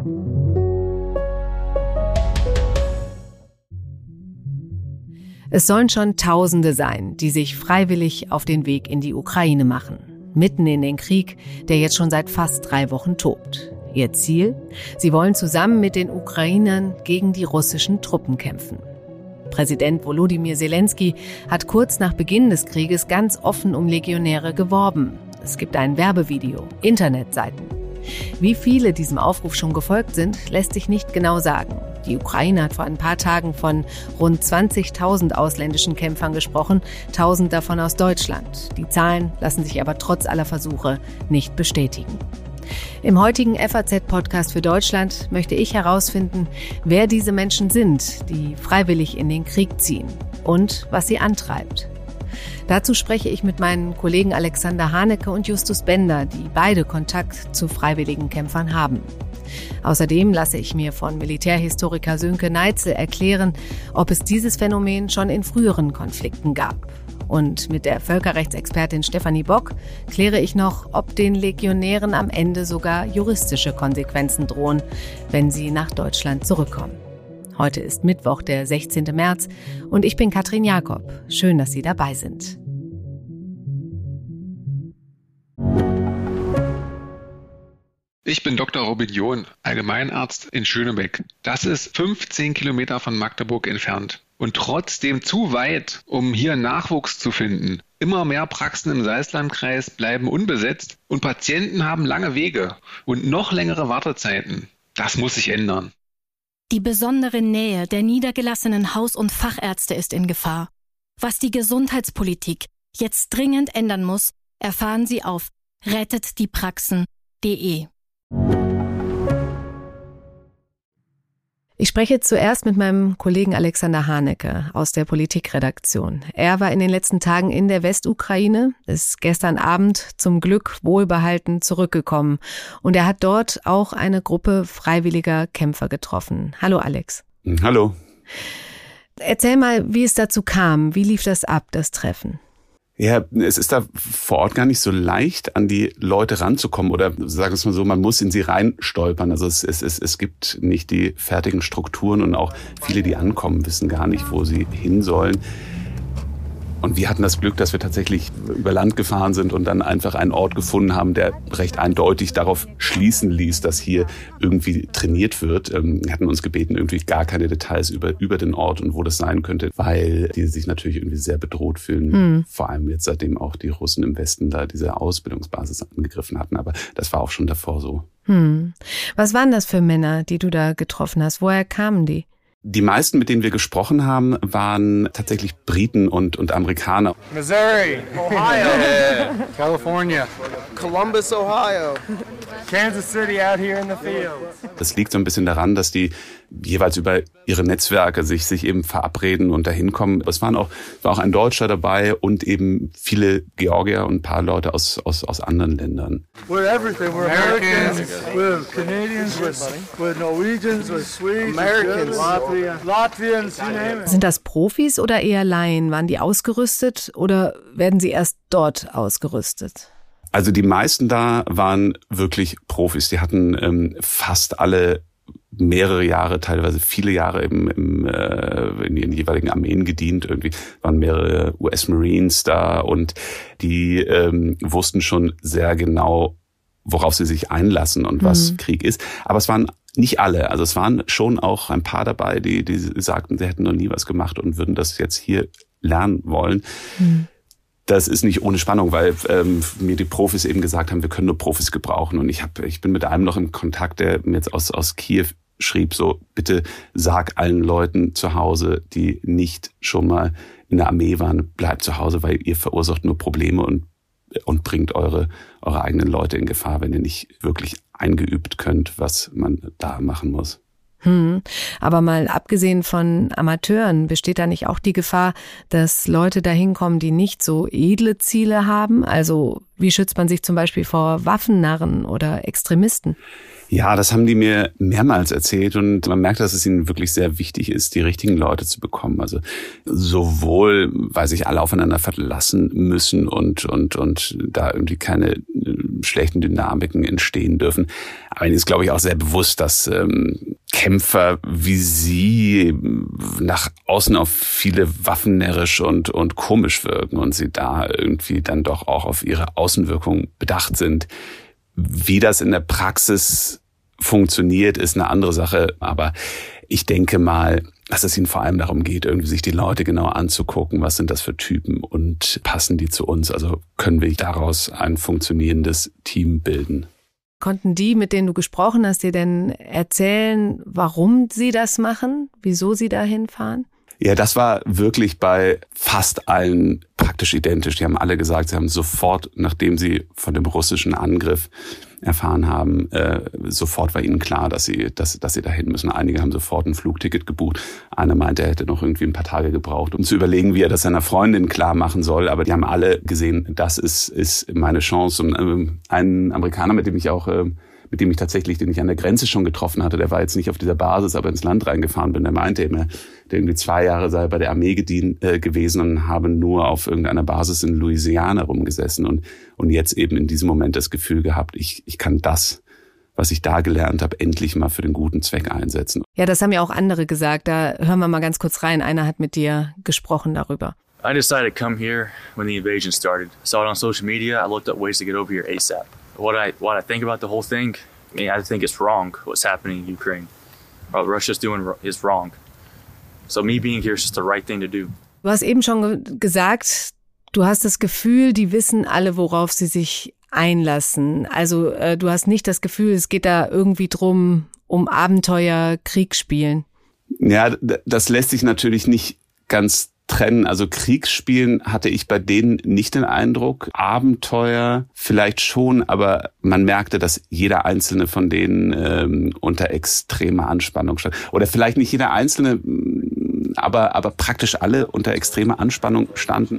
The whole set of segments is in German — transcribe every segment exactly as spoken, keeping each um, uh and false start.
Es sollen schon Tausende sein, die sich freiwillig auf den Weg in die Ukraine machen. Mitten in den Krieg, der jetzt schon seit fast drei Wochen tobt. Ihr Ziel? Sie wollen zusammen mit den Ukrainern gegen die russischen Truppen kämpfen. Präsident Volodymyr Zelensky hat kurz nach Beginn des Krieges ganz offen um Legionäre geworben. Es gibt ein Werbevideo, Internetseiten. Wie viele diesem Aufruf schon gefolgt sind, lässt sich nicht genau sagen. Die Ukraine hat vor ein paar Tagen von rund zwanzigtausend ausländischen Kämpfern gesprochen, tausend davon aus Deutschland. Die Zahlen lassen sich aber trotz aller Versuche nicht bestätigen. Im heutigen F A Z-Podcast für Deutschland möchte ich herausfinden, wer diese Menschen sind, die freiwillig in den Krieg ziehen und was sie antreibt. Dazu spreche ich mit meinen Kollegen Alexander Haneke und Justus Bender, die beide Kontakt zu freiwilligen Kämpfern haben. Außerdem lasse ich mir von Militärhistoriker Sönke Neitzel erklären, ob es dieses Phänomen schon in früheren Konflikten gab. Und mit der Völkerrechtsexpertin Stefanie Bock kläre ich noch, ob den Legionären am Ende sogar juristische Konsequenzen drohen, wenn sie nach Deutschland zurückkommen. Heute ist Mittwoch, der sechzehnten März, und ich bin Katrin Jakob. Schön, dass Sie dabei sind. Ich bin Doktor Robin John, Allgemeinarzt in Schönebeck. Das ist fünfzehn Kilometer von Magdeburg entfernt und trotzdem zu weit, um hier Nachwuchs zu finden. Immer mehr Praxen im Salzlandkreis bleiben unbesetzt und Patienten haben lange Wege und noch längere Wartezeiten. Das muss sich ändern. Die besondere Nähe der niedergelassenen Haus- und Fachärzte ist in Gefahr. Was die Gesundheitspolitik jetzt dringend ändern muss, erfahren Sie auf rettet die praxen punkt de. Ich spreche zuerst mit meinem Kollegen Alexander Haneke aus der Politikredaktion. Er war in den letzten Tagen in der Westukraine, ist gestern Abend zum Glück wohlbehalten zurückgekommen. Und er hat dort auch eine Gruppe freiwilliger Kämpfer getroffen. Hallo Alex. Hallo. Erzähl mal, wie es dazu kam. Wie lief das ab, das Treffen? Ja, es ist da vor Ort gar nicht so leicht, an die Leute ranzukommen oder sagen wir es mal so, man muss in sie reinstolpern. Also es, es, es, es gibt nicht die fertigen Strukturen und auch viele, die ankommen, wissen gar nicht, wo sie hin sollen. Und wir hatten das Glück, dass wir tatsächlich über Land gefahren sind und dann einfach einen Ort gefunden haben, der recht eindeutig darauf schließen ließ, dass hier irgendwie trainiert wird. Wir hatten uns gebeten, irgendwie gar keine Details über, über den Ort und wo das sein könnte, weil die sich natürlich irgendwie sehr bedroht fühlen. Hm. Vor allem jetzt, seitdem auch die Russen im Westen da diese Ausbildungsbasis angegriffen hatten. Aber das war auch schon davor so. Hm. Was waren das für Männer, die du da getroffen hast? Woher kamen die? Die meisten, mit denen wir gesprochen haben, waren tatsächlich Briten und, und Amerikaner. Missouri, Ohio, California, Columbus, Ohio, Kansas City out here in the fields. Das liegt so ein bisschen daran, dass die jeweils über ihre Netzwerke sich, sich eben verabreden und dahin kommen. Es waren auch, war auch ein Deutscher dabei und eben viele Georgier und ein paar Leute aus, aus, aus anderen Ländern. We're everything. We're Americans, we're Canadians, we're Norwegians, we're Swedes, Americans, Latvians, Latvians, you name it. Sind das Profis oder eher Laien? Waren die ausgerüstet oder werden sie erst dort ausgerüstet? Also die meisten da waren wirklich Profis. Die hatten ähm, fast alle mehrere Jahre, teilweise viele Jahre im, im, äh, in den jeweiligen Armeen gedient. Irgendwie waren mehrere U S Marines da und die ähm, wussten schon sehr genau, worauf sie sich einlassen und was mhm. Krieg ist. Aber es waren nicht alle. Also es waren schon auch ein paar dabei, die, die sagten, sie hätten noch nie was gemacht und würden das jetzt hier lernen wollen. Mhm. Das ist nicht ohne Spannung, weil ähm, mir die Profis eben gesagt haben, wir können nur Profis gebrauchen. Und ich hab, ich bin mit einem noch im Kontakt, der mir jetzt aus, aus Kiew schrieb, so, bitte sag allen Leuten zu Hause, die nicht schon mal in der Armee waren, bleibt zu Hause, weil ihr verursacht nur Probleme und, und bringt eure, eure eigenen Leute in Gefahr, wenn ihr nicht wirklich eingeübt könnt, was man da machen muss. Hm. Aber mal abgesehen von Amateuren, besteht da nicht auch die Gefahr, dass Leute da hinkommen, die nicht so edle Ziele haben? Also wie schützt man sich zum Beispiel vor Waffennarren oder Extremisten? Ja, das haben die mir mehrmals erzählt und man merkt, dass es ihnen wirklich sehr wichtig ist, die richtigen Leute zu bekommen. Also sowohl, weil sich alle aufeinander verlassen müssen und und und da irgendwie keine schlechten Dynamiken entstehen dürfen. Aber ihnen ist, glaube ich, auch sehr bewusst, dass ähm, Kämpfer wie sie nach außen auf viele waffennärrisch und und komisch wirken und sie da irgendwie dann doch auch auf ihre Außenwirkung bedacht sind. Wie das in der Praxis funktioniert, ist eine andere Sache. Aber ich denke mal, dass es ihnen vor allem darum geht, irgendwie sich die Leute genau anzugucken. Was sind das für Typen und passen die zu uns? Also können wir daraus ein funktionierendes Team bilden? Konnten die, mit denen du gesprochen hast, dir denn erzählen, warum sie das machen? Wieso sie da hinfahren? Ja, das war wirklich bei fast allen praktisch identisch. Die haben alle gesagt, sie haben sofort, nachdem sie von dem russischen Angriff erfahren haben, äh, sofort war ihnen klar, dass sie, dass, dass sie dahin müssen. Einige haben sofort ein Flugticket gebucht. Einer meinte, er hätte noch irgendwie ein paar Tage gebraucht, um zu überlegen, wie er das seiner Freundin klar machen soll. Aber die haben alle gesehen, das ist, ist meine Chance. Und ähm, ein Amerikaner, mit dem ich auch äh, mit dem ich tatsächlich, den ich an der Grenze schon getroffen hatte, der war jetzt nicht auf dieser Basis, aber ins Land reingefahren bin, der meinte immer, der irgendwie zwei Jahre sei bei der Armee gedient, äh, gewesen und habe nur auf irgendeiner Basis in Louisiana rumgesessen und und jetzt eben in diesem Moment das Gefühl gehabt, ich ich kann das, was ich da gelernt habe, endlich mal für den guten Zweck einsetzen. Ja, das haben ja auch andere gesagt. Da hören wir mal ganz kurz rein. Einer hat mit dir gesprochen darüber. I decided to come here when the invasion started. I saw it on social media. I looked up ways to get over here ASAP. What I what I think about the whole thing, I mean, I think it's wrong what's happening in Ukraine. What Russia's doing is wrong. So me being here is just the right thing to do. Du hast eben schon ge- gesagt, du hast das Gefühl, die wissen alle, worauf sie sich einlassen. Also äh, du hast nicht das Gefühl, es geht da irgendwie drum, um Abenteuer, Krieg spielen. Ja, das lässt sich natürlich nicht ganz trennen. Also Kriegsspielen hatte ich bei denen nicht den Eindruck. Abenteuer vielleicht schon, aber man merkte, dass jeder einzelne von denen ähm, unter extremer Anspannung stand. Oder vielleicht nicht jeder einzelne, aber, aber praktisch alle unter extremer Anspannung standen.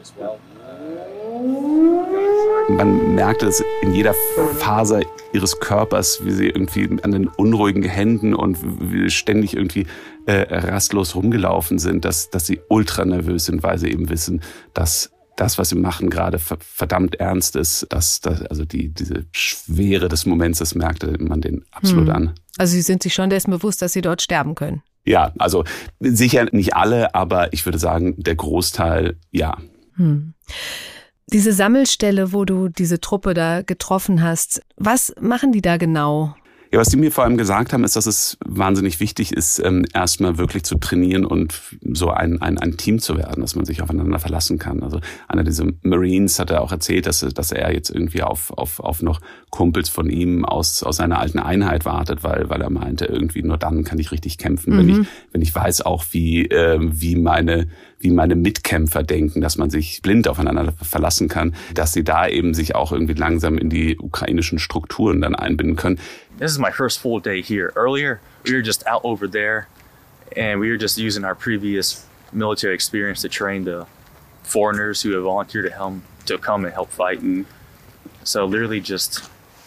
Man merkte es in jeder Faser ihres Körpers, wie sie irgendwie an den unruhigen Händen und wie ständig irgendwie äh, rastlos rumgelaufen sind, dass, dass sie ultra nervös sind, weil sie eben wissen, dass das, was sie machen, gerade verdammt ernst ist. Dass, dass, also die, diese Schwere des Moments, das merkte man denen absolut hm. an. Also sie sind sich schon dessen bewusst, dass sie dort sterben können? Ja, also sicher nicht alle, aber ich würde sagen, der Großteil, ja. Hm. Diese Sammelstelle, wo du diese Truppe da getroffen hast, was machen die da genau? Ja, was die mir vor allem gesagt haben, ist, dass es wahnsinnig wichtig ist, ähm, erstmal wirklich zu trainieren und so ein, ein, ein Team zu werden, dass man sich aufeinander verlassen kann. Also einer dieser Marines hat er auch erzählt, dass, dass er jetzt irgendwie auf, auf, auf noch Kumpels von ihm aus, aus seiner alten Einheit wartet, weil, weil er meinte, irgendwie nur dann kann ich richtig kämpfen, mhm. wenn ich, wenn ich weiß auch, wie, äh, wie meine, wie meine Mitkämpfer denken, dass man sich blind aufeinander verlassen kann, dass sie da eben sich auch irgendwie langsam in die ukrainischen Strukturen dann einbinden können. This is my first full day here. Earlier, we were just out over there, and we were just using our previous military experience to train the foreigners who have volunteered to help to come and help fight. Mm. So literally just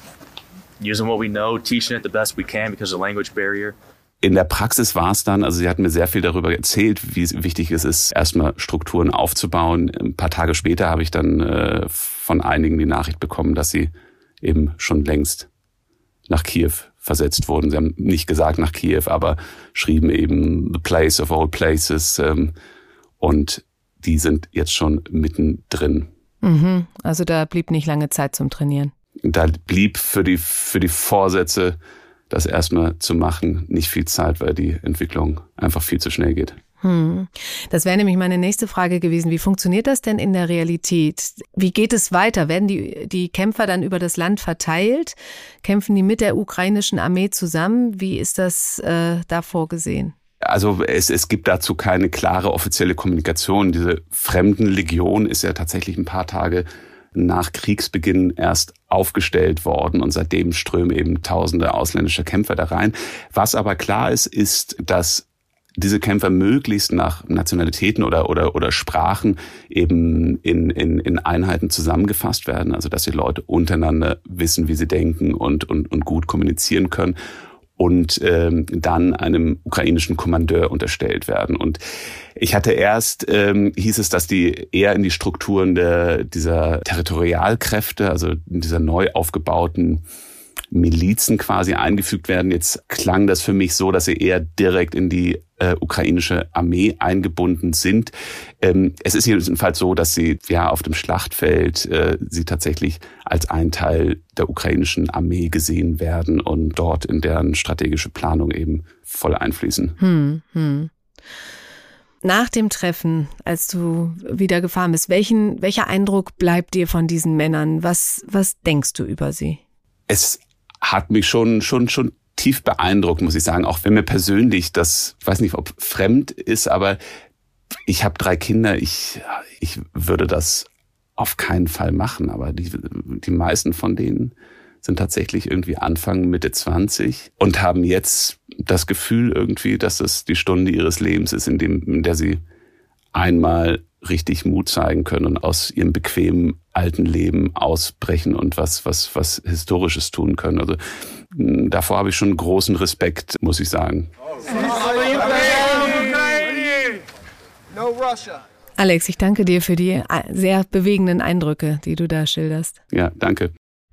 using what we know, teaching it the best we can because of the language barrier. In der Praxis war es dann, also sie hat mir sehr viel darüber erzählt, wie wichtig es ist, erstmal Strukturen aufzubauen. Ein paar Tage später habe ich dann äh, von einigen die Nachricht bekommen, dass sie eben schon längst nach Kiew versetzt wurden. Sie haben nicht gesagt nach Kiew, aber schrieben eben the place of all places. Ähm, und die sind jetzt schon mittendrin. Mhm. Also da blieb nicht lange Zeit zum Trainieren. Da blieb für die, für die Vorsätze, das erstmal zu machen, nicht viel Zeit, weil die Entwicklung einfach viel zu schnell geht. Hm. Das wäre nämlich meine nächste Frage gewesen. Wie funktioniert das denn in der Realität? Wie geht es weiter? Werden die, die Kämpfer dann über das Land verteilt? Kämpfen die mit der ukrainischen Armee zusammen? Wie ist das äh, da vorgesehen? Also es, es gibt dazu keine klare offizielle Kommunikation. Diese Fremdenlegion ist ja tatsächlich ein paar Tage nach Kriegsbeginn erst aufgestellt worden und seitdem strömen eben tausende ausländische Kämpfer da rein. Was aber klar ist, ist, dass diese Kämpfer möglichst nach Nationalitäten oder oder oder Sprachen eben in in in Einheiten zusammengefasst werden, also dass die Leute untereinander wissen, wie sie denken und und und gut kommunizieren können und ähm, dann einem ukrainischen Kommandeur unterstellt werden. Und ich hatte erst, ähm, hieß es, dass die eher in die Strukturen der dieser Territorialkräfte, also in dieser neu aufgebauten Milizen quasi eingefügt werden. Jetzt klang das für mich so, dass sie eher direkt in die äh, ukrainische Armee eingebunden sind. Ähm, es ist jedenfalls so, dass sie ja auf dem Schlachtfeld äh, sie tatsächlich als ein Teil der ukrainischen Armee gesehen werden und dort in deren strategische Planung eben voll einfließen. Hm, hm. Nach dem Treffen, als du wieder gefahren bist, welchen, welcher Eindruck bleibt dir von diesen Männern? Was, was denkst du über sie? Es hat mich schon, schon, schon tief beeindruckt, muss ich sagen. Auch wenn mir persönlich das, ich weiß nicht, ob fremd ist, aber ich habe drei Kinder. Ich, ich würde das auf keinen Fall machen. Aber die, die meisten von denen sind tatsächlich irgendwie Anfang, Mitte zwanzig und haben jetzt das Gefühl irgendwie, dass es die Stunde ihres Lebens ist, in dem, in der sie einmal richtig Mut zeigen können und aus ihrem bequemen alten Leben ausbrechen und was was was Historisches tun können. Also davor habe ich schon großen Respekt, muss ich sagen. Alex, ich danke dir für die sehr bewegenden Eindrücke, die du da schilderst. Ja, danke.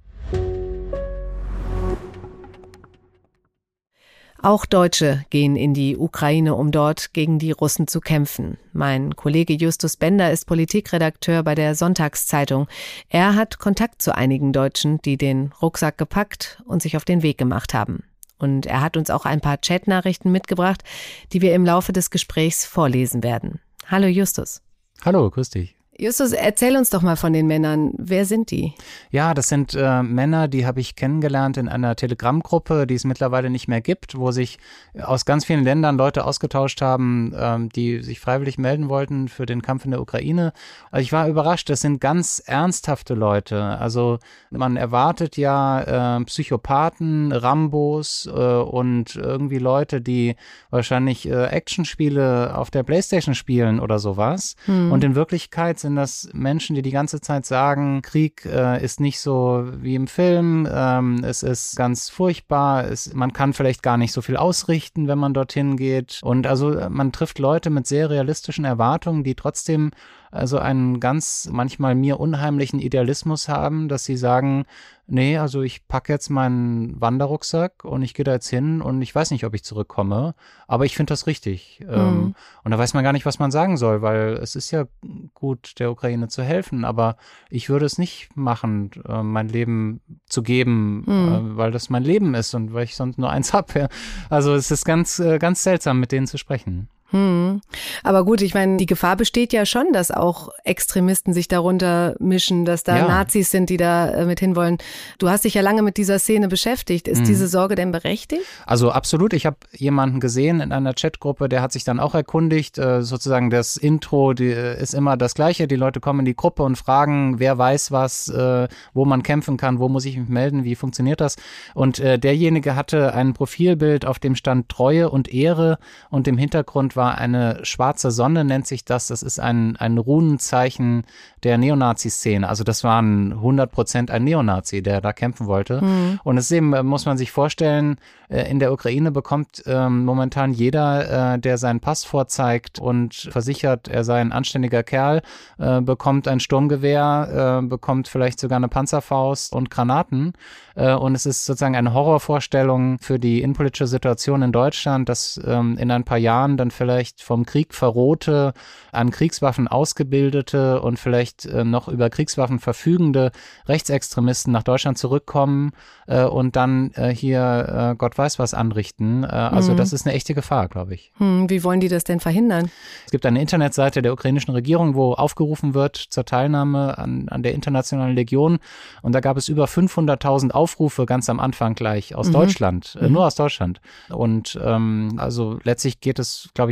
Auch Deutsche gehen in die Ukraine, um dort gegen die Russen zu kämpfen. Mein Kollege Justus Bender ist Politikredakteur bei der Sonntagszeitung. Er hat Kontakt zu einigen Deutschen, die den Rucksack gepackt und sich auf den Weg gemacht haben. Und er hat uns auch ein paar Chatnachrichten mitgebracht, die wir im Laufe des Gesprächs vorlesen werden. Hallo Justus. Hallo, grüß dich. Justus, erzähl uns doch mal von den Männern. Wer sind die? Ja, das sind äh, Männer, die habe ich kennengelernt in einer Telegram-Gruppe, die es mittlerweile nicht mehr gibt, wo sich aus ganz vielen Ländern Leute ausgetauscht haben, ähm, die sich freiwillig melden wollten für den Kampf in der Ukraine. Also ich war überrascht, das sind ganz ernsthafte Leute. Also man erwartet ja äh, Psychopathen, Rambos äh, und irgendwie Leute, die wahrscheinlich äh, Actionspiele auf der Playstation spielen oder sowas. Hm. Und in Wirklichkeit sind das Menschen, die die ganze Zeit sagen, Krieg äh, ist nicht so wie im Film, ähm, es ist ganz furchtbar, es, man kann vielleicht gar nicht so viel ausrichten, wenn man dorthin geht. Und also man trifft Leute mit sehr realistischen Erwartungen, die trotzdem also einen ganz manchmal mir unheimlichen Idealismus haben, dass sie sagen, nee, also ich packe jetzt meinen Wanderrucksack und ich gehe da jetzt hin und ich weiß nicht, ob ich zurückkomme, aber ich finde das richtig. Mhm. Ähm, und da weiß man gar nicht, was man sagen soll, weil es ist ja gut, der Ukraine zu helfen, aber ich würde es nicht machen, äh, mein Leben zu geben, mhm. äh, weil das mein Leben ist und weil ich sonst nur eins habe. Ja. Also es ist ganz, äh, ganz seltsam, mit denen zu sprechen. Hm. Aber gut, ich meine, die Gefahr besteht ja schon, dass auch Extremisten sich darunter mischen, dass da ja. Nazis sind, die da äh, mit hinwollen. Du hast dich ja lange mit dieser Szene beschäftigt. Ist hm. diese Sorge denn berechtigt? Also absolut. Ich habe jemanden gesehen in einer Chatgruppe, der hat sich dann auch erkundigt. Äh, sozusagen das Intro die, äh, ist immer das Gleiche. Die Leute kommen in die Gruppe und fragen, wer weiß was, äh, wo man kämpfen kann, wo muss ich mich melden, wie funktioniert das? Und äh, derjenige hatte ein Profilbild, auf dem stand Treue und Ehre und im Hintergrund war eine schwarze Sonne, nennt sich das. Das ist ein, ein Runenzeichen der Neonazi-Szene. Also das war ein hundert Prozent ein Neonazi, der da kämpfen wollte. Mhm. Und es ist eben, muss man sich vorstellen, in der Ukraine bekommt ähm, momentan jeder, äh, der seinen Pass vorzeigt und versichert, er sei ein anständiger Kerl, äh, bekommt ein Sturmgewehr, äh, bekommt vielleicht sogar eine Panzerfaust und Granaten. Äh, und es ist sozusagen eine Horrorvorstellung für die innenpolitische Situation in Deutschland, dass ähm, in ein paar Jahren dann vielleicht vom Krieg verrohte, an Kriegswaffen ausgebildete und vielleicht äh, noch über Kriegswaffen verfügende Rechtsextremisten nach Deutschland zurückkommen äh, und dann äh, hier äh, Gott weiß was anrichten. Äh, also mhm. das ist eine echte Gefahr, glaube ich. Hm, wie wollen die das denn verhindern? Es gibt eine Internetseite der ukrainischen Regierung, wo aufgerufen wird zur Teilnahme an, an der Internationalen Legion. Und da gab es über fünfhunderttausend Aufrufe ganz am Anfang gleich aus mhm. Deutschland, äh, mhm. nur aus Deutschland. Und ähm, also letztlich geht es, glaube ich,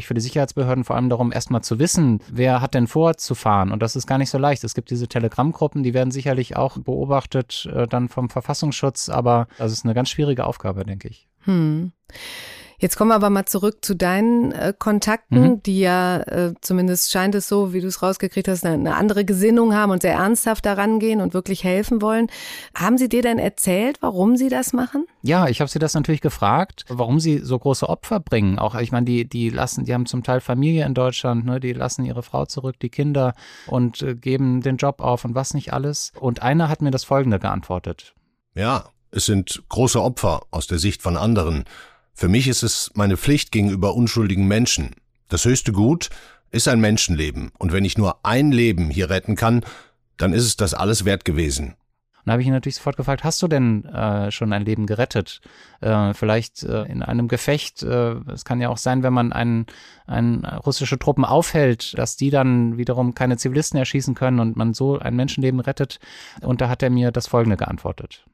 ich, für die Sicherheitsbehörden vor allem darum, erstmal zu wissen, wer hat denn vor zu fahren. Und das ist gar nicht so leicht. Es gibt diese Telegram-Gruppen, die werden sicherlich auch beobachtet, äh, dann vom Verfassungsschutz. Aber das ist eine ganz schwierige Aufgabe, denke ich. Hm. Jetzt kommen wir aber mal zurück zu deinen äh, Kontakten, mhm. die ja, äh, zumindest scheint es so, wie du es rausgekriegt hast, eine, eine andere Gesinnung haben und sehr ernsthaft daran gehen und wirklich helfen wollen. Haben sie dir denn erzählt, warum sie das machen? Ja, ich habe sie das natürlich gefragt, warum sie so große Opfer bringen. Auch, ich meine, die die lassen, die haben zum Teil Familie in Deutschland, ne, die lassen ihre Frau zurück, die Kinder und äh, geben den Job auf und was nicht alles. Und einer hat mir das Folgende geantwortet. Ja, es sind große Opfer aus der Sicht von anderen. Für mich ist es meine Pflicht gegenüber unschuldigen Menschen. Das höchste Gut ist ein Menschenleben. Und wenn ich nur ein Leben hier retten kann, dann ist es das alles wert gewesen. Und da habe ich ihn natürlich sofort gefragt, hast du denn äh, schon ein Leben gerettet? Äh, vielleicht äh, in einem Gefecht. Äh, es kann ja auch sein, wenn man einen, einen russische Truppen aufhält, dass die dann wiederum keine Zivilisten erschießen können und man so ein Menschenleben rettet. Und da hat er mir das Folgende geantwortet.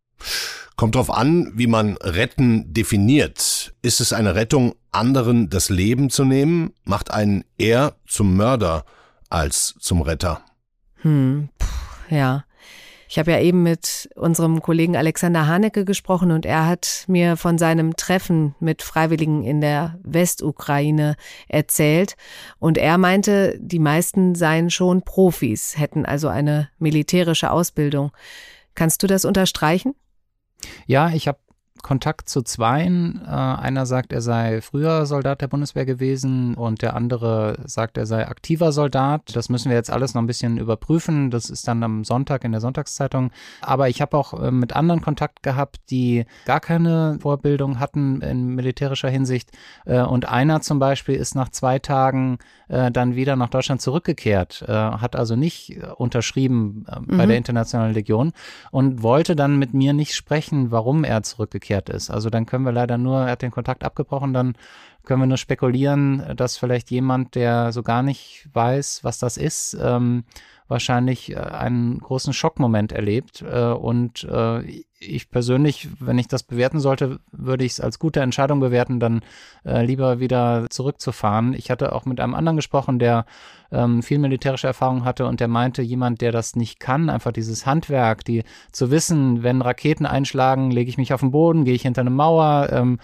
Kommt drauf an, wie man Retten definiert. Ist es eine Rettung, anderen das Leben zu nehmen? Macht einen eher zum Mörder als zum Retter? Hm, puh, ja. Ich habe ja eben mit unserem Kollegen Alexander Hanecke gesprochen und er hat mir von seinem Treffen mit Freiwilligen in der Westukraine erzählt. Und er meinte, die meisten seien schon Profis, hätten also eine militärische Ausbildung. Kannst du das unterstreichen? Ja, ich habe Kontakt zu zweien. Äh, einer sagt, er sei früher Soldat der Bundeswehr gewesen und der andere sagt, er sei aktiver Soldat. Das müssen wir jetzt alles noch ein bisschen überprüfen. Das ist dann am Sonntag in der Sonntagszeitung. Aber ich habe auch äh, mit anderen Kontakt gehabt, die gar keine Vorbildung hatten in militärischer Hinsicht. Äh, und einer zum Beispiel ist nach zwei Tagen äh, dann wieder nach Deutschland zurückgekehrt, äh, hat also nicht äh, unterschrieben äh, bei mhm. der Internationalen Legion und wollte dann mit mir nicht sprechen, warum er zurückgekehrt ist. Also dann können wir leider nur, er hat den Kontakt abgebrochen, dann können wir nur spekulieren, dass vielleicht jemand, der so gar nicht weiß, was das ist, ähm, wahrscheinlich einen großen Schockmoment erlebt. Äh, und äh, ich persönlich, wenn ich das bewerten sollte, würde ich es als gute Entscheidung bewerten, dann äh, lieber wieder zurückzufahren. Ich hatte auch mit einem anderen gesprochen, der ähm, viel militärische Erfahrung hatte und der meinte, jemand, der das nicht kann, einfach dieses Handwerk, die zu wissen, wenn Raketen einschlagen, lege ich mich auf den Boden, gehe ich hinter eine Mauer, ähm,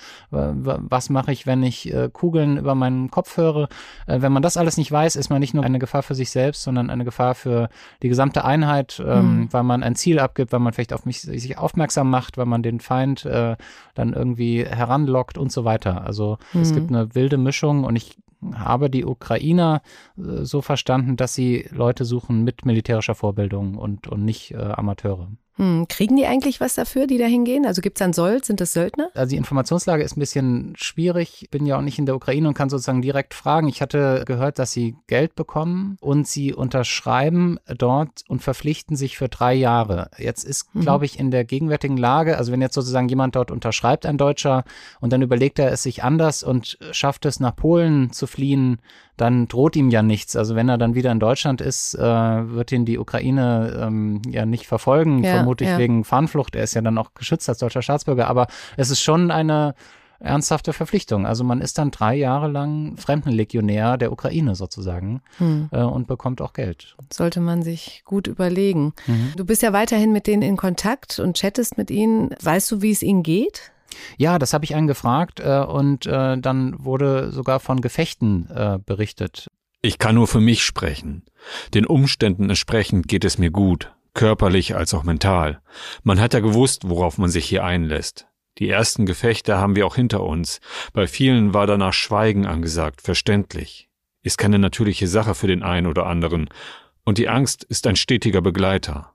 was mache ich, wenn ich äh, Kugeln über meinen Kopf höre. Äh, wenn man das alles nicht weiß, ist man nicht nur eine Gefahr für sich selbst, sondern eine Gefahr für die gesamte Einheit, ähm, mhm. weil man ein Ziel abgibt, weil man vielleicht auf mich sich aufmerksam macht, weil man den Feind äh, dann irgendwie heranlockt und so weiter. Also mhm. es gibt eine wilde Mischung und ich habe die Ukrainer äh, so verstanden, dass sie Leute suchen mit militärischer Vorbildung und, und nicht äh, Amateure. Hm, kriegen die eigentlich was dafür, die da hingehen? Also gibt es dann Sold? Sind das Söldner? Also die Informationslage ist ein bisschen schwierig. Ich bin ja auch nicht in der Ukraine und kann sozusagen direkt fragen. Ich hatte gehört, dass sie Geld bekommen und sie unterschreiben dort und verpflichten sich für drei Jahre. Jetzt ist, mhm. glaube ich, in der gegenwärtigen Lage, also wenn jetzt sozusagen jemand dort unterschreibt, ein Deutscher, und dann überlegt er es sich anders und schafft es, nach Polen zu fliehen, dann droht ihm ja nichts. Also wenn er dann wieder in Deutschland ist, äh, wird ihn die Ukraine ähm, ja nicht verfolgen, ja, vermutlich ja. wegen Fahnenflucht. Er ist ja dann auch geschützt als deutscher Staatsbürger. Aber es ist schon eine ernsthafte Verpflichtung. Also man ist dann drei Jahre lang Fremdenlegionär der Ukraine sozusagen hm. äh, und bekommt auch Geld. Sollte man sich gut überlegen. Mhm. Du bist ja weiterhin mit denen in Kontakt und chattest mit ihnen. Weißt du, wie es ihnen geht? Ja, das habe ich einen gefragt äh, und äh, dann wurde sogar von Gefechten äh, berichtet. Ich kann nur für mich sprechen. Den Umständen entsprechend geht es mir gut, körperlich als auch mental. Man hat ja gewusst, worauf man sich hier einlässt. Die ersten Gefechte haben wir auch hinter uns. Bei vielen war danach Schweigen angesagt, verständlich. Ist keine natürliche Sache für den einen oder anderen. Und die Angst ist ein stetiger Begleiter.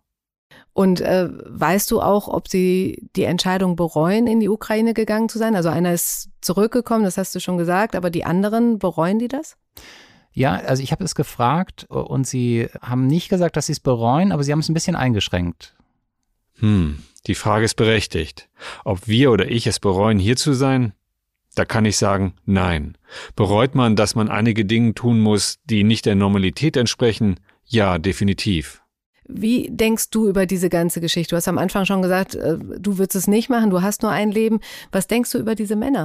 Und äh, weißt du auch, ob sie die Entscheidung bereuen, in die Ukraine gegangen zu sein? Also einer ist zurückgekommen, das hast du schon gesagt, aber die anderen, bereuen die das? Ja, also ich habe es gefragt und sie haben nicht gesagt, dass sie es bereuen, aber sie haben es ein bisschen eingeschränkt. Hm, die Frage ist berechtigt. Ob wir oder ich es bereuen, hier zu sein? Da kann ich sagen, nein. Bereut man, dass man einige Dinge tun muss, die nicht der Normalität entsprechen? Ja, definitiv. Wie denkst du über diese ganze Geschichte? Du hast am Anfang schon gesagt, du würdest es nicht machen, du hast nur ein Leben. Was denkst du über diese Männer?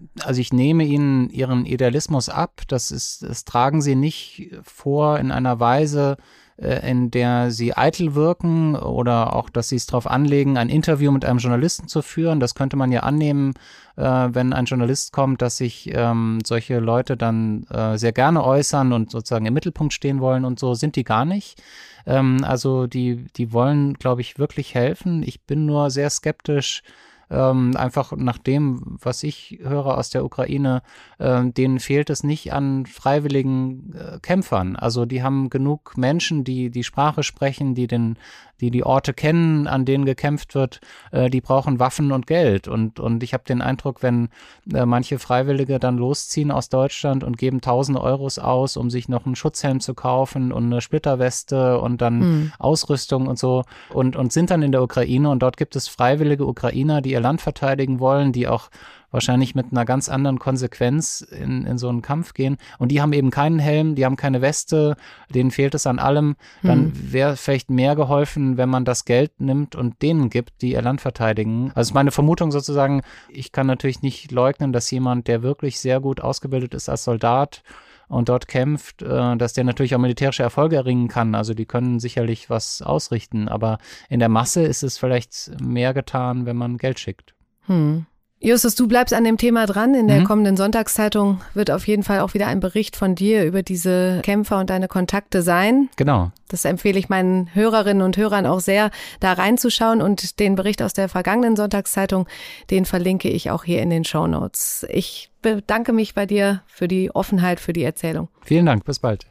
also ich nehme ihnen ihren Idealismus ab. Das ist, das tragen sie nicht vor in einer Weise, in der sie eitel wirken oder auch, dass sie es darauf anlegen, ein Interview mit einem Journalisten zu führen. Das könnte man ja annehmen, äh, wenn ein Journalist kommt, dass sich ähm, solche Leute dann äh, sehr gerne äußern und sozusagen im Mittelpunkt stehen wollen und so sind die gar nicht. Ähm, also die, die wollen, glaube ich, wirklich helfen. Ich bin nur sehr skeptisch, Ähm, einfach nach dem, was ich höre aus der Ukraine, äh, denen fehlt es nicht an freiwilligen äh, Kämpfern. Also die haben genug Menschen, die die Sprache sprechen, die den, die die Orte kennen, an denen gekämpft wird. Äh, die brauchen Waffen und Geld. Und und ich habe den Eindruck, wenn äh, manche Freiwillige dann losziehen aus Deutschland und geben tausende Euros aus, um sich noch einen Schutzhelm zu kaufen und eine Splitterweste und dann hm. Ausrüstung und so und und sind dann in der Ukraine und dort gibt es freiwillige Ukrainer, die ihr Land verteidigen wollen, die auch wahrscheinlich mit einer ganz anderen Konsequenz in, in so einen Kampf gehen. Und die haben eben keinen Helm, die haben keine Weste, denen fehlt es an allem. Dann hm. wäre vielleicht mehr geholfen, wenn man das Geld nimmt und denen gibt, die ihr Land verteidigen. Also meine Vermutung sozusagen, ich kann natürlich nicht leugnen, dass jemand, der wirklich sehr gut ausgebildet ist als Soldat und dort kämpft, dass der natürlich auch militärische Erfolge erringen kann. Also die können sicherlich was ausrichten, aber in der Masse ist es vielleicht mehr getan, wenn man Geld schickt. Hm. Justus, du bleibst an dem Thema dran. In der mhm. kommenden Sonntagszeitung wird auf jeden Fall auch wieder ein Bericht von dir über diese Kämpfer und deine Kontakte sein. Genau. Das empfehle ich meinen Hörerinnen und Hörern auch sehr, da reinzuschauen. Und den Bericht aus der vergangenen Sonntagszeitung, den verlinke ich auch hier in den Shownotes. Ich bedanke mich bei dir für die Offenheit, für die Erzählung. Vielen Dank, bis bald.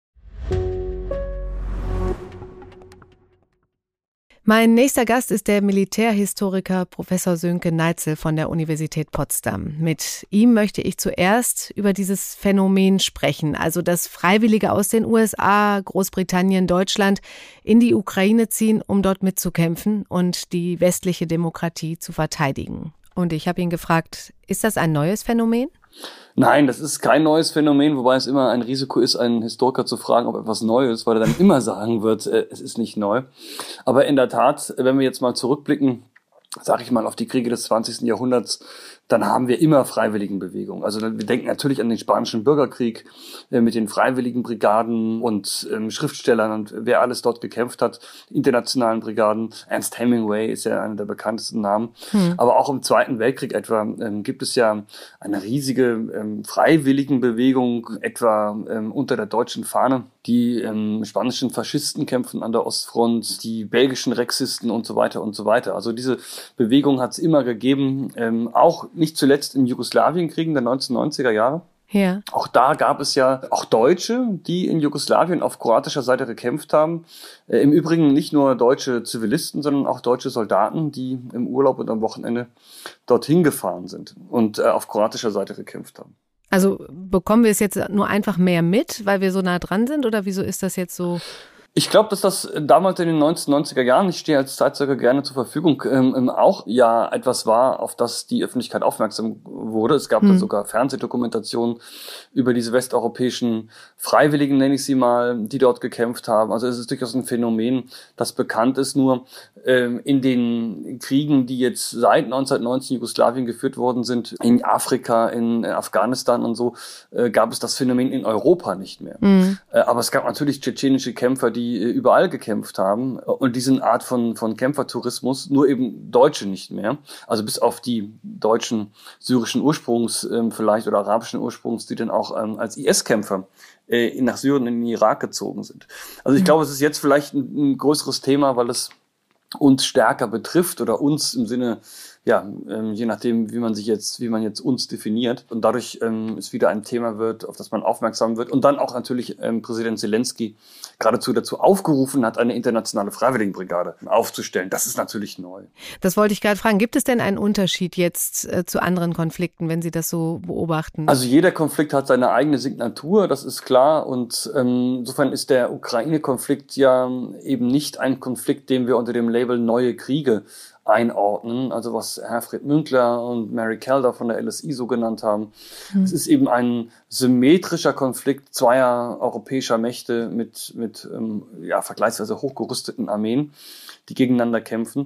Mein nächster Gast ist der Militärhistoriker Professor Sönke Neitzel von der Universität Potsdam. Mit ihm möchte ich zuerst über dieses Phänomen sprechen, also dass Freiwillige aus den U S A, Großbritannien, Deutschland in die Ukraine ziehen, um dort mitzukämpfen und die westliche Demokratie zu verteidigen. Und ich habe ihn gefragt, ist das ein neues Phänomen? Nein, das ist kein neues Phänomen, wobei es immer ein Risiko ist, einen Historiker zu fragen, ob etwas neu ist, weil er dann immer sagen wird, äh, es ist nicht neu. Aber in der Tat, wenn wir jetzt mal zurückblicken, sage ich mal, auf die Kriege des zwanzigsten Jahrhunderts, dann haben wir immer Freiwilligenbewegungen. Also wir denken natürlich an den Spanischen Bürgerkrieg äh, mit den Freiwilligenbrigaden und ähm, Schriftstellern und wer alles dort gekämpft hat, internationalen Brigaden. Ernst Hemingway ist ja einer der bekanntesten Namen. Hm. Aber auch im Zweiten Weltkrieg etwa ähm, gibt es ja eine riesige ähm, Freiwilligenbewegung, etwa ähm, unter der deutschen Fahne. Die ähm, spanischen Faschisten kämpfen an der Ostfront, die belgischen Rexisten und so weiter und so weiter. Also diese Bewegung hat es immer gegeben, ähm, auch nicht zuletzt im Jugoslawienkriegen der neunzehnhundertneunziger Jahre. Ja. Auch da gab es ja auch Deutsche, die in Jugoslawien auf kroatischer Seite gekämpft haben. Äh, Im Übrigen nicht nur deutsche Zivilisten, sondern auch deutsche Soldaten, die im Urlaub und am Wochenende dorthin gefahren sind und äh, auf kroatischer Seite gekämpft haben. Also bekommen wir es jetzt nur einfach mehr mit, weil wir so nah dran sind, oder wieso ist das jetzt so? Ich glaube, dass das damals in den neunzehnhundertneunziger Jahren, ich stehe als Zeitzeuge gerne zur Verfügung, ähm, auch ja etwas war, auf das die Öffentlichkeit aufmerksam wurde. Es gab hm. da sogar Fernsehdokumentationen über diese westeuropäischen Freiwilligen, nenne ich sie mal, die dort gekämpft haben. Also es ist durchaus ein Phänomen, das bekannt ist. Nur ähm, in den Kriegen, die jetzt seit neunzehnhundertneunzehn in Jugoslawien geführt worden sind, in Afrika, in Afghanistan und so, äh, gab es das Phänomen in Europa nicht mehr. Hm. Äh, aber es gab natürlich tschetschenische Kämpfer, die überall gekämpft haben und diese Art von von Kämpfertourismus, nur eben Deutsche nicht mehr, also bis auf die deutschen syrischen Ursprungs ähm, vielleicht oder arabischen Ursprungs, die dann auch ähm, als I S-Kämpfer äh, nach Syrien und in den Irak gezogen sind. Also ich mhm. glaube, es ist jetzt vielleicht ein, ein größeres Thema, weil es uns stärker betrifft oder uns im Sinne, ja, ähm, je nachdem, wie man sich jetzt, wie man jetzt uns definiert und dadurch ähm, es wieder ein Thema wird, auf das man aufmerksam wird und dann auch natürlich ähm, Präsident Zelensky geradezu dazu aufgerufen hat, eine internationale Freiwilligenbrigade aufzustellen. Das ist natürlich neu. Das wollte ich gerade fragen. Gibt es denn einen Unterschied jetzt äh, zu anderen Konflikten, wenn Sie das so beobachten? Also jeder Konflikt hat seine eigene Signatur, das ist klar. Und ähm, insofern ist der Ukraine-Konflikt ja eben nicht ein Konflikt, den wir unter dem Label neue Kriege einordnen, also was Herfried Münkler und Mary Calder von der L S I so genannt haben. Mhm. Es ist eben ein symmetrischer Konflikt zweier europäischer Mächte mit mit ähm, ja vergleichsweise hochgerüsteten Armeen, die gegeneinander kämpfen.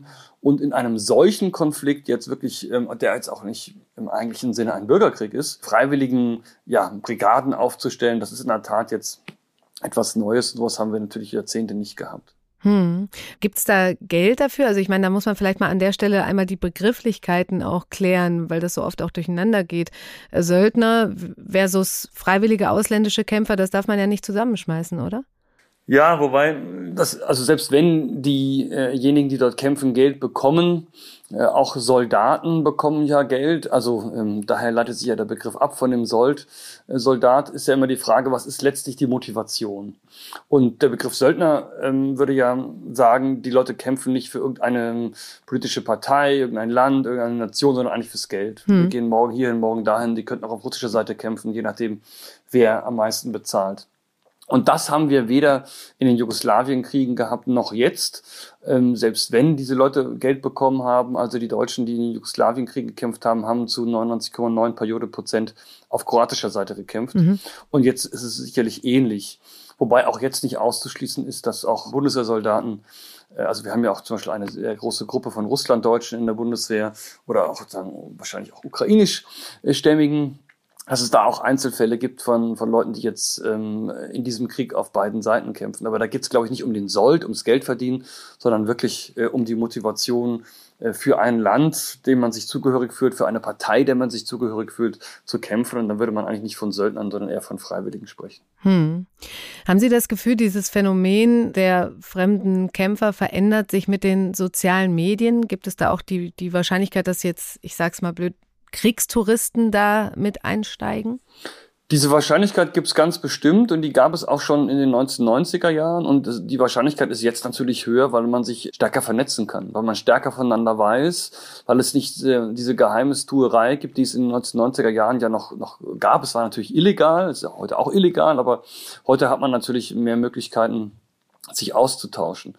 Und in einem solchen Konflikt jetzt wirklich, ähm, der jetzt auch nicht im eigentlichen Sinne ein Bürgerkrieg ist, freiwilligen ja, Brigaden aufzustellen, das ist in der Tat jetzt etwas Neues. Sowas haben wir natürlich Jahrzehnte nicht gehabt. Hm. Gibt es da Geld dafür? Also ich meine, da muss man vielleicht mal an der Stelle einmal die Begrifflichkeiten auch klären, weil das so oft auch durcheinander geht. Söldner versus freiwillige ausländische Kämpfer, das darf man ja nicht zusammenschmeißen, oder? Ja, wobei, das, also selbst wenn diejenigen, die dort kämpfen, Geld bekommen, äh, auch Soldaten bekommen ja Geld, also ähm, daher leitet sich ja der Begriff ab von dem Sold. Äh, Soldat ist ja immer die Frage, was ist letztlich die Motivation? Und der Begriff Söldner ähm, würde ja sagen, die Leute kämpfen nicht für irgendeine politische Partei, irgendein Land, irgendeine Nation, sondern eigentlich fürs Geld. Hm. Wir gehen morgen hierhin, morgen dahin, die könnten auch auf russischer Seite kämpfen, je nachdem, wer am meisten bezahlt. Und das haben wir weder in den Jugoslawienkriegen gehabt, noch jetzt. Ähm, selbst wenn diese Leute Geld bekommen haben, also die Deutschen, die in den Jugoslawienkriegen gekämpft haben, haben zu neunundneunzig Komma neun Prozent auf kroatischer Seite gekämpft. Mhm. Und jetzt ist es sicherlich ähnlich. Wobei auch jetzt nicht auszuschließen ist, dass auch Bundeswehrsoldaten, äh, also wir haben ja auch zum Beispiel eine sehr große Gruppe von Russlanddeutschen in der Bundeswehr oder auch sagen, wahrscheinlich auch ukrainischstämmigen, dass es da auch Einzelfälle gibt von von Leuten, die jetzt ähm, in diesem Krieg auf beiden Seiten kämpfen. Aber da geht es, glaube ich, nicht um den Sold, ums Geld verdienen, sondern wirklich äh, um die Motivation äh, für ein Land, dem man sich zugehörig fühlt, für eine Partei, der man sich zugehörig fühlt, zu kämpfen. Und dann würde man eigentlich nicht von Söldnern, sondern eher von Freiwilligen sprechen. Hm. Haben Sie das Gefühl, dieses Phänomen der fremden Kämpfer verändert sich mit den sozialen Medien? Gibt es da auch die die Wahrscheinlichkeit, dass jetzt, ich sag's mal blöd, Kriegstouristen da mit einsteigen? Diese Wahrscheinlichkeit gibt es ganz bestimmt und die gab es auch schon in den neunzehnhundertneunziger Jahren und die Wahrscheinlichkeit ist jetzt natürlich höher, weil man sich stärker vernetzen kann, weil man stärker voneinander weiß, weil es nicht äh, diese Geheimnistuerei gibt, die es in den neunzehnhundertneunziger Jahren ja noch noch gab. Es war natürlich illegal, es ist ja heute auch illegal, aber heute hat man natürlich mehr Möglichkeiten, sich auszutauschen.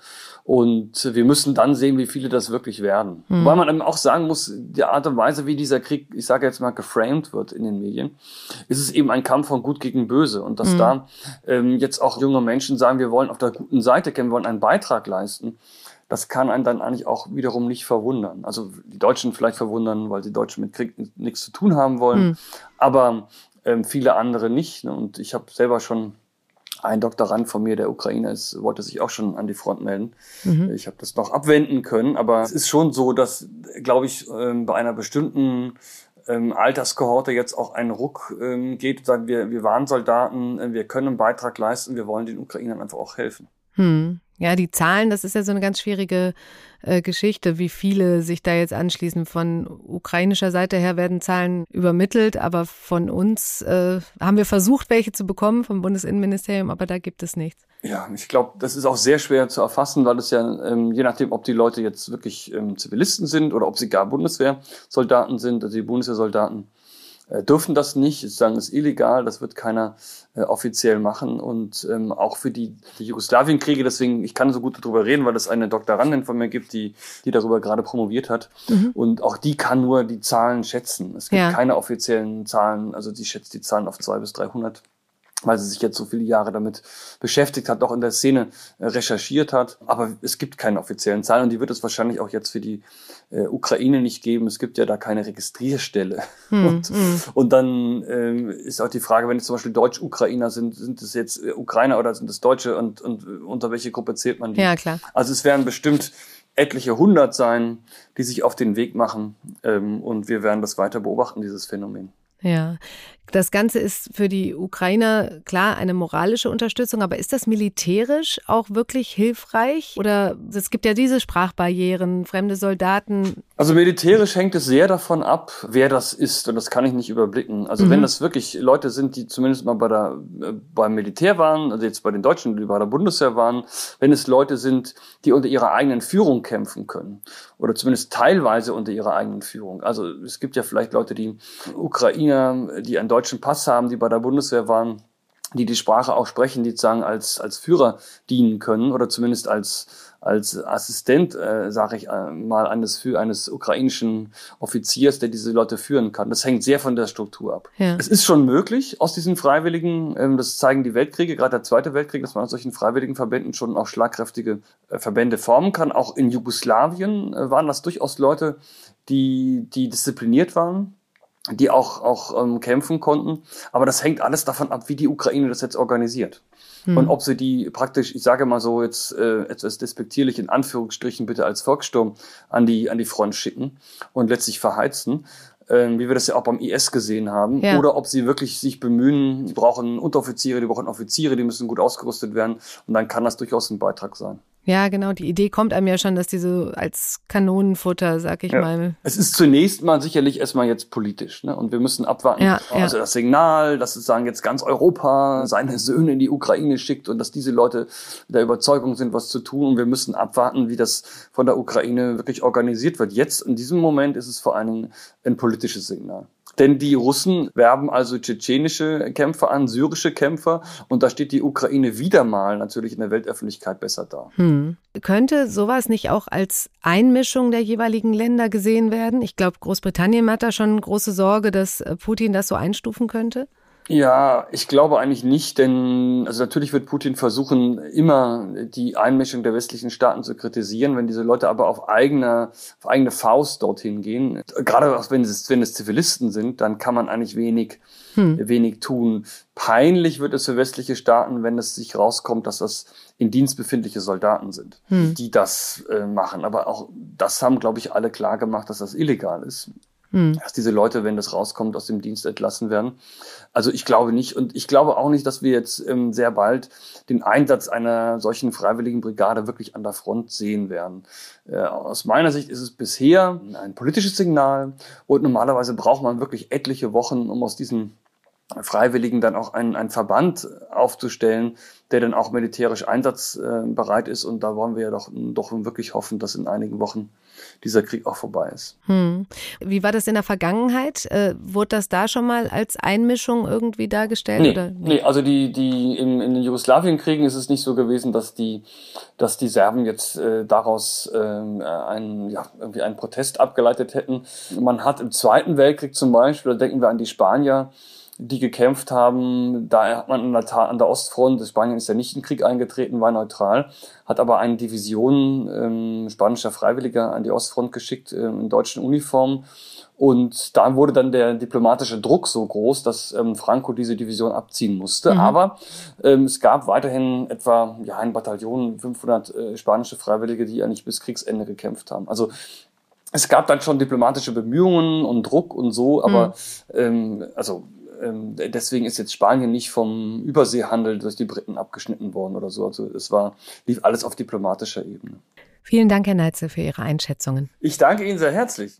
Und wir müssen dann sehen, wie viele das wirklich werden. Mhm. Weil man eben auch sagen muss, die Art und Weise, wie dieser Krieg, ich sage jetzt mal, geframed wird in den Medien, ist es eben ein Kampf von Gut gegen Böse. Und dass mhm. da ähm, jetzt auch junge Menschen sagen, wir wollen auf der guten Seite kämpfen, wir wollen einen Beitrag leisten, das kann einen dann eigentlich auch wiederum nicht verwundern. Also die Deutschen vielleicht verwundern, weil die Deutschen mit Krieg nichts zu tun haben wollen, mhm. aber ähm, viele andere nicht. Und ich habe selber schon ein Doktorand von mir, der Ukrainer ist, wollte sich auch schon an die Front melden. Mhm. Ich habe das noch abwenden können, aber es ist schon so, dass, glaube ich, bei einer bestimmten Alterskohorte jetzt auch ein Ruck geht und sagen, wir, wir waren Soldaten, wir können einen Beitrag leisten, wir wollen den Ukrainern einfach auch helfen. Hm. Ja, die Zahlen, das ist ja so eine ganz schwierige äh, Geschichte, wie viele sich da jetzt anschließen. Von ukrainischer Seite her werden Zahlen übermittelt, aber von uns äh, haben wir versucht, welche zu bekommen vom Bundesinnenministerium, aber da gibt es nichts. Ja, ich glaube, das ist auch sehr schwer zu erfassen, weil es ja, ähm, je nachdem, ob die Leute jetzt wirklich ähm, Zivilisten sind oder ob sie gar Bundeswehrsoldaten sind, also die Bundeswehrsoldaten äh, dürfen das nicht, sie sagen, es ist illegal, das wird keiner äh, offiziell machen und ähm, auch für die, die Jugoslawienkriege, deswegen, ich kann so gut darüber reden, weil es eine Doktorandin von mir gibt, die die darüber gerade promoviert hat mhm. und auch die kann nur die Zahlen schätzen. Es gibt ja. keine offiziellen Zahlen, also sie schätzt die Zahlen auf zweihundert bis dreihundert, weil sie sich jetzt so viele Jahre damit beschäftigt hat, auch in der Szene äh, recherchiert hat. Aber es gibt keine offiziellen Zahlen und die wird es wahrscheinlich auch jetzt für die äh, Ukraine nicht geben. Es gibt ja da keine Registrierstelle. Hm, und, hm. und dann ähm, ist auch die Frage, wenn es zum Beispiel Deutsch-Ukrainer sind, sind es jetzt äh, Ukrainer oder sind es Deutsche und, und äh, unter welche Gruppe zählt man die? Ja, klar. Also es werden bestimmt etliche hundert sein, die sich auf den Weg machen ähm, und wir werden das weiter beobachten, dieses Phänomen. Ja, das Ganze ist für die Ukrainer klar eine moralische Unterstützung, aber ist das militärisch auch wirklich hilfreich? Oder es gibt ja diese Sprachbarrieren, fremde Soldaten. Also militärisch hängt es sehr davon ab, wer das ist und das kann ich nicht überblicken. Also mhm. wenn das wirklich Leute sind, die zumindest mal bei der äh, beim Militär waren, also jetzt bei den Deutschen, die bei der Bundeswehr waren, wenn es Leute sind, die unter ihrer eigenen Führung kämpfen können oder zumindest teilweise unter ihrer eigenen Führung. Also es gibt ja vielleicht Leute, die Ukrainer, die einen deutschen Pass haben, die bei der Bundeswehr waren, die die Sprache auch sprechen, die sozusagen als als Führer dienen können oder zumindest als als Assistent, äh, sage ich äh, mal, eines für eines ukrainischen Offiziers, der diese Leute führen kann. Das hängt sehr von der Struktur ab. Ja. Es ist schon möglich, aus diesen Freiwilligen, ähm, das zeigen die Weltkriege, gerade der Zweite Weltkrieg, dass man aus solchen freiwilligen Verbänden schon auch schlagkräftige äh, Verbände formen kann. Auch in Jugoslawien äh, waren das durchaus Leute, die die diszipliniert waren, die auch auch ähm, kämpfen konnten. Aber das hängt alles davon ab, wie die Ukraine das jetzt organisiert. Hm. Und ob sie die praktisch, ich sage mal so jetzt äh, etwas despektierlich in Anführungsstrichen bitte als Volkssturm an die an die Front schicken und letztlich verheizen, äh, wie wir das ja auch beim I S gesehen haben. Ja. Oder ob sie wirklich sich bemühen, die brauchen Unteroffiziere, die brauchen Offiziere, die müssen gut ausgerüstet werden. Und dann kann das durchaus ein Beitrag sein. Ja, genau. Die Idee kommt einem ja schon, dass die so als Kanonenfutter, sag ich ja. mal. Es ist zunächst mal sicherlich erstmal jetzt politisch, ne? Und wir müssen abwarten. Ja, also ja. das Signal, dass sozusagen jetzt ganz Europa seine Söhne in die Ukraine schickt und dass diese Leute der Überzeugung sind, was zu tun. Und wir müssen abwarten, wie das von der Ukraine wirklich organisiert wird. Jetzt, in diesem Moment, ist es vor allen Dingen ein politisches Signal. Denn die Russen werben also tschetschenische Kämpfer an, syrische Kämpfer. Und da steht die Ukraine wieder mal natürlich in der Weltöffentlichkeit besser da. Hm. Könnte sowas nicht auch als Einmischung der jeweiligen Länder gesehen werden? Ich glaube, Großbritannien hat da schon große Sorge, dass Putin das so einstufen könnte. Ja, ich glaube eigentlich nicht, denn also natürlich wird Putin versuchen, immer die Einmischung der westlichen Staaten zu kritisieren, wenn diese Leute aber auf eigene, auf eigene Faust dorthin gehen. Gerade auch wenn es, wenn es Zivilisten sind, dann kann man eigentlich wenig, hm. wenig tun. Peinlich wird es für westliche Staaten, wenn es sich rauskommt, dass das in Dienst befindliche Soldaten sind, hm. die das äh, machen. Aber auch das haben, glaube ich, alle klar gemacht, dass das illegal ist. Dass diese Leute, wenn das rauskommt, aus dem Dienst entlassen werden. Also ich glaube nicht. Und ich glaube auch nicht, dass wir jetzt ähm, sehr bald den Einsatz einer solchen freiwilligen Brigade wirklich an der Front sehen werden. Äh, aus meiner Sicht ist es bisher ein politisches Signal. Und normalerweise braucht man wirklich etliche Wochen, um aus diesen Freiwilligen dann auch einen, einen Verband aufzustellen, der dann auch militärisch einsatzbereit ist. Und da wollen wir ja doch, doch wirklich hoffen, dass in einigen Wochen dieser Krieg auch vorbei ist. Hm. Wie war das in der Vergangenheit? Äh, wurde das da schon mal als Einmischung irgendwie dargestellt? Nee, oder? nee also die, die in, in den Jugoslawienkriegen ist es nicht so gewesen, dass die, dass die Serben jetzt äh, daraus äh, einen, ja, irgendwie einen Protest abgeleitet hätten. Man hat im Zweiten Weltkrieg zum Beispiel, da denken wir an die Spanier, die gekämpft haben, da hat man an der, an der Ostfront, Spanien ist ja nicht in den Krieg eingetreten, war neutral, hat aber eine Division ähm, spanischer Freiwilliger an die Ostfront geschickt, ähm, in deutschen Uniformen. Und da wurde dann der diplomatische Druck so groß, dass ähm, Franco diese Division abziehen musste. Mhm. Aber ähm, es gab weiterhin etwa ja, ein Bataillon, fünfhundert äh, spanische Freiwillige, die eigentlich bis Kriegsende gekämpft haben. Also es gab dann schon diplomatische Bemühungen und Druck und so, aber mhm. ähm, also deswegen ist jetzt Spanien nicht vom Überseehandel durch die Briten abgeschnitten worden oder so. Also es war, lief alles auf diplomatischer Ebene. Vielen Dank, Herr Neitzel, für Ihre Einschätzungen. Ich danke Ihnen sehr herzlich.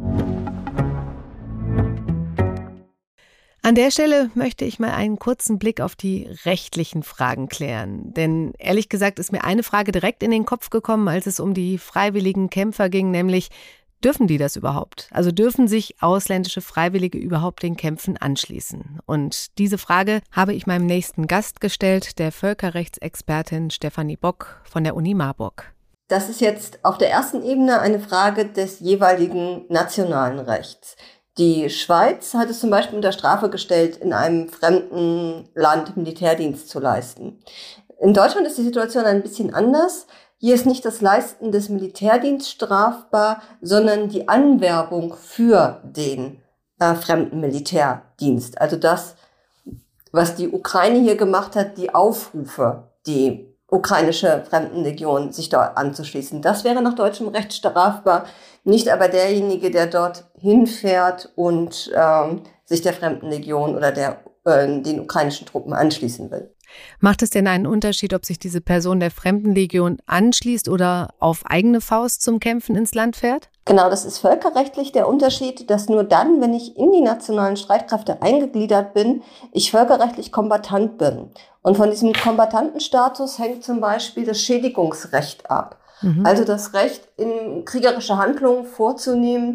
An der Stelle möchte ich mal einen kurzen Blick auf die rechtlichen Fragen klären. Denn ehrlich gesagt ist mir eine Frage direkt in den Kopf gekommen, als es um die freiwilligen Kämpfer ging, nämlich: Dürfen die das überhaupt? Also dürfen sich ausländische Freiwillige überhaupt den Kämpfen anschließen? Und diese Frage habe ich meinem nächsten Gast gestellt, der Völkerrechtsexpertin Stefanie Bock von der Uni Marburg. Das ist jetzt auf der ersten Ebene eine Frage des jeweiligen nationalen Rechts. Die Schweiz hat es zum Beispiel unter Strafe gestellt, in einem fremden Land Militärdienst zu leisten. In Deutschland ist die Situation ein bisschen anders. Hier ist nicht das Leisten des Militärdienstes strafbar, sondern die Anwerbung für den äh, fremden Militärdienst. Also das, was die Ukraine hier gemacht hat, die Aufrufe, die ukrainische Fremdenlegion sich dort anzuschließen. Das wäre nach deutschem Recht strafbar, nicht aber derjenige, der dort hinfährt und ähm, sich der Fremdenlegion oder der, äh, den ukrainischen Truppen anschließen will. Macht es denn einen Unterschied, ob sich diese Person der Fremdenlegion anschließt oder auf eigene Faust zum Kämpfen ins Land fährt? Genau, das ist völkerrechtlich der Unterschied, dass nur dann, wenn ich in die nationalen Streitkräfte eingegliedert bin, ich völkerrechtlich Kombattant bin. Und von diesem Kombattantenstatus hängt zum Beispiel das Schädigungsrecht ab. Mhm. Also das Recht, in kriegerische Handlungen vorzunehmen,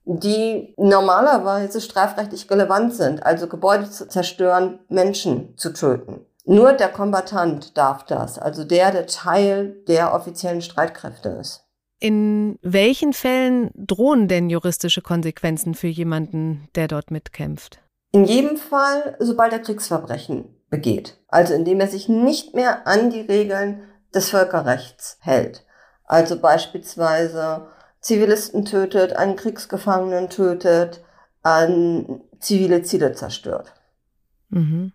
die normalerweise strafrechtlich relevant sind, also Gebäude zu zerstören, Menschen zu töten. Nur der Kombattant darf das, also der, der Teil der offiziellen Streitkräfte ist. In welchen Fällen drohen denn juristische Konsequenzen für jemanden, der dort mitkämpft? In jedem Fall, sobald er Kriegsverbrechen begeht. Also indem er sich nicht mehr an die Regeln des Völkerrechts hält. Also beispielsweise Zivilisten tötet, einen Kriegsgefangenen tötet, an zivile Ziele zerstört. Mhm.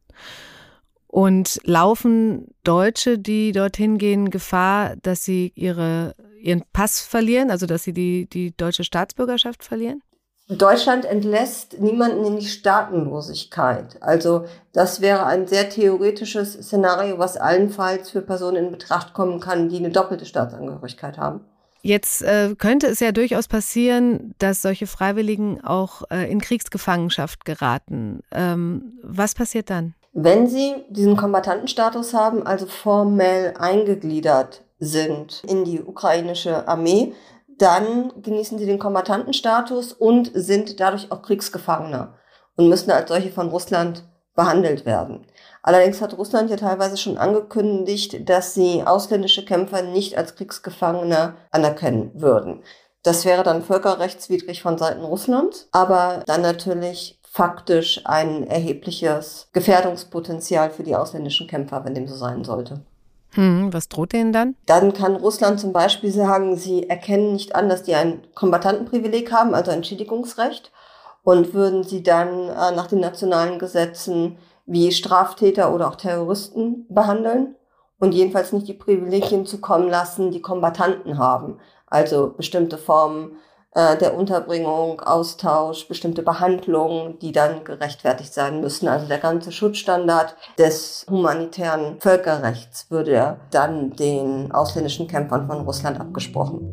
Und laufen Deutsche, die dorthin gehen, Gefahr, dass sie ihre, ihren Pass verlieren, also dass sie die, die deutsche Staatsbürgerschaft verlieren? Deutschland entlässt niemanden in die Staatenlosigkeit. Also das wäre ein sehr theoretisches Szenario, was allenfalls für Personen in Betracht kommen kann, die eine doppelte Staatsangehörigkeit haben. Jetzt äh, könnte es ja durchaus passieren, dass solche Freiwilligen auch äh, in Kriegsgefangenschaft geraten. Ähm, was passiert dann? Wenn sie diesen Kombattantenstatus haben, also formell eingegliedert sind in die ukrainische Armee, dann genießen sie den Kombattantenstatus und sind dadurch auch Kriegsgefangene und müssen als solche von Russland behandelt werden. Allerdings hat Russland ja teilweise schon angekündigt, dass sie ausländische Kämpfer nicht als Kriegsgefangene anerkennen würden. Das wäre dann völkerrechtswidrig von Seiten Russlands, aber dann natürlich faktisch ein erhebliches Gefährdungspotenzial für die ausländischen Kämpfer, wenn dem so sein sollte. Hm, was droht denen dann? Dann kann Russland zum Beispiel sagen, sie erkennen nicht an, dass die ein Kombattantenprivileg haben, also ein Schädigungsrecht, und würden sie dann äh, nach den nationalen Gesetzen wie Straftäter oder auch Terroristen behandeln und jedenfalls nicht die Privilegien zukommen lassen, die Kombattanten haben. Also bestimmte Formen äh, der Unterbringung, Austausch, bestimmte Behandlungen, die dann gerechtfertigt sein müssen. Also der ganze Schutzstandard des humanitären Völkerrechts würde dann den ausländischen Kämpfern von Russland abgesprochen.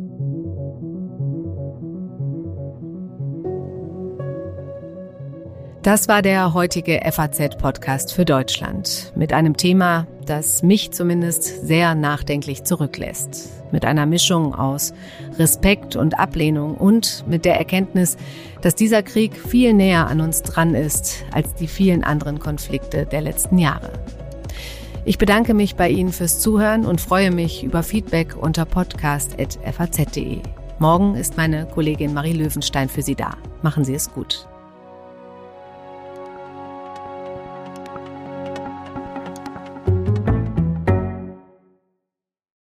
Das war der heutige F A Z-Podcast für Deutschland mit einem Thema, das mich zumindest sehr nachdenklich zurücklässt. Mit einer Mischung aus Respekt und Ablehnung und mit der Erkenntnis, dass dieser Krieg viel näher an uns dran ist als die vielen anderen Konflikte der letzten Jahre. Ich bedanke mich bei Ihnen fürs Zuhören und freue mich über Feedback unter podcast at f a z punkt d e. Morgen ist meine Kollegin Marie Löwenstein für Sie da. Machen Sie es gut.